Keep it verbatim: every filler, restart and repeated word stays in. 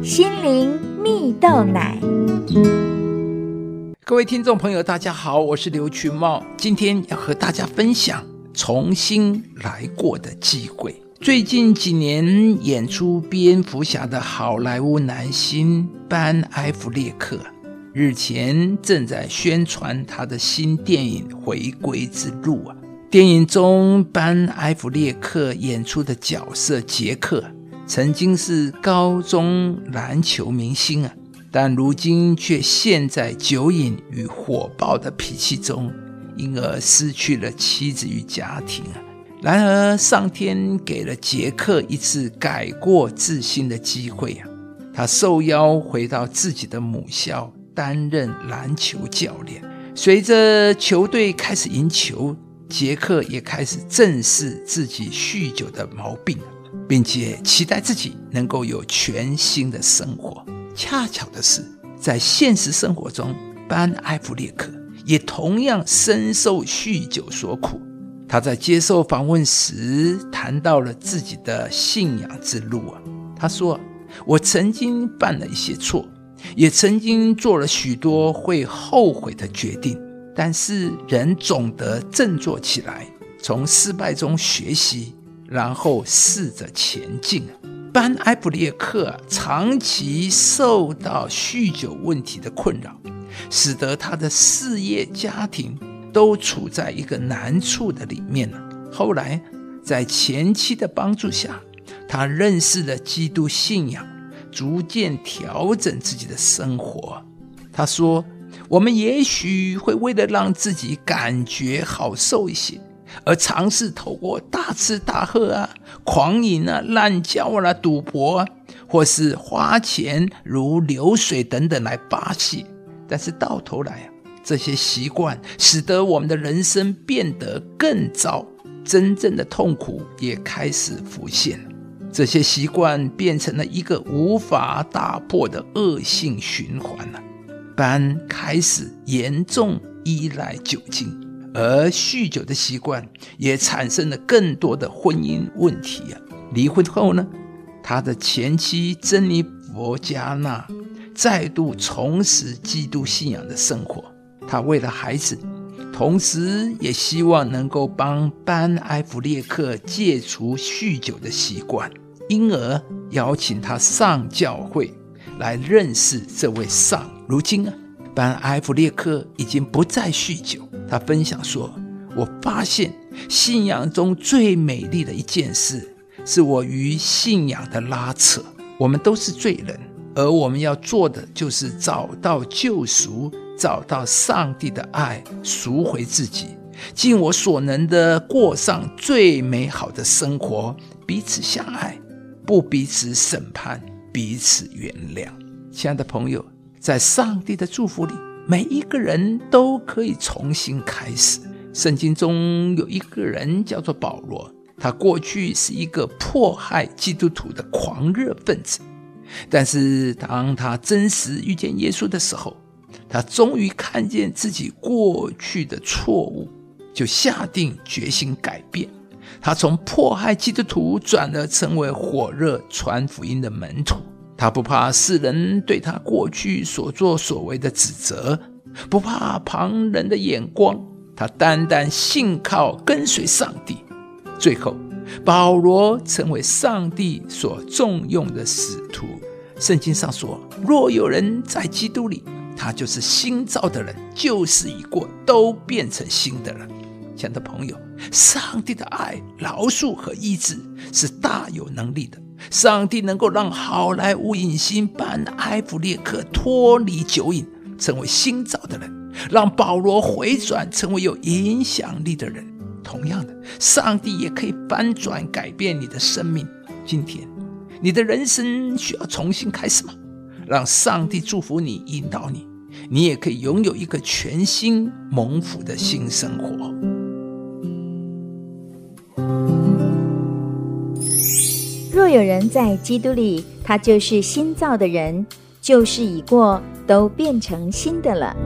心灵蜜豆奶。 各位听众朋友大家好，我是刘群茂，今天要和大家分享重新来过的机会。最近几年演出蝙蝠侠的好莱坞男星班·艾弗列克日前正在宣传他的新电影《回归之路》啊。电影中班·艾弗列克演出的角色杰克曾经是高中篮球明星啊，但如今却陷在酒瘾与火爆的脾气中，因而失去了妻子与家庭啊。然而上天给了杰克一次改过自新的机会啊，他受邀回到自己的母校担任篮球教练。随着球队开始赢球，杰克也开始正视自己酗酒的毛病，并且期待自己能够有全新的生活。恰巧的是，在现实生活中，班·艾弗列克也同样深受酗酒所苦。他在接受访问时谈到了自己的信仰之路啊。他说，我曾经犯了一些错，也曾经做了许多会后悔的决定，但是人总得振作起来，从失败中学习，然后试着前进。班·艾弗列克长期受到酗酒问题的困扰，使得他的事业、家庭都处在一个难处的里面了。后来在前妻的帮助下，他认识了基督信仰，逐渐调整自己的生活。他说，我们也许会为了让自己感觉好受一些，而尝试透过大吃大喝啊、狂饮啊、滥交啊、赌博啊，或是花钱如流水等等来发泄。但是到头来啊，这些习惯使得我们的人生变得更糟，真正的痛苦也开始浮现了。这些习惯变成了一个无法打破的恶性循环了。班开始严重依赖酒精，而酗酒的习惯也产生了更多的婚姻问题啊。离婚后呢，他的前妻珍妮佛加纳再度重拾基督信仰的生活。他为了孩子，同时也希望能够帮班·艾弗列克戒除酗酒的习惯，因而邀请他上教会来认识这位上。如今啊，班·艾弗列克已经不再酗酒。他分享说，我发现信仰中最美丽的一件事，是我与信仰的拉扯。我们都是罪人，而我们要做的就是找到救赎，找到上帝的爱，赎回自己，尽我所能的过上最美好的生活，彼此相爱，不彼此审判，彼此原谅。亲爱的朋友，在上帝的祝福里，每一个人都可以重新开始。圣经中有一个人叫做保罗，他过去是一个迫害基督徒的狂热分子，但是当他真实遇见耶稣的时候，他终于看见自己过去的错误，就下定决心改变。他从迫害基督徒转而成为火热传福音的门徒。他不怕世人对他过去所作所为的指责，不怕旁人的眼光，他单单信靠跟随上帝。最后保罗成为上帝所重用的使徒。圣经上说，若有人在基督里，他就是新造的人，旧事已过，都变成新的了。亲爱的朋友，上帝的爱、饶恕和医治是大有能力的。上帝能够让好莱坞影星班·艾弗列克脱离酒瘾，成为新造的人，让保罗回转成为有影响力的人。同样的，上帝也可以翻转改变你的生命。今天你的人生需要重新开始吗？让上帝祝福你，引导你，你也可以拥有一个全新蒙福的新生活。 若有人在基督里，他就是新造的人，旧事已过，都变成新的了。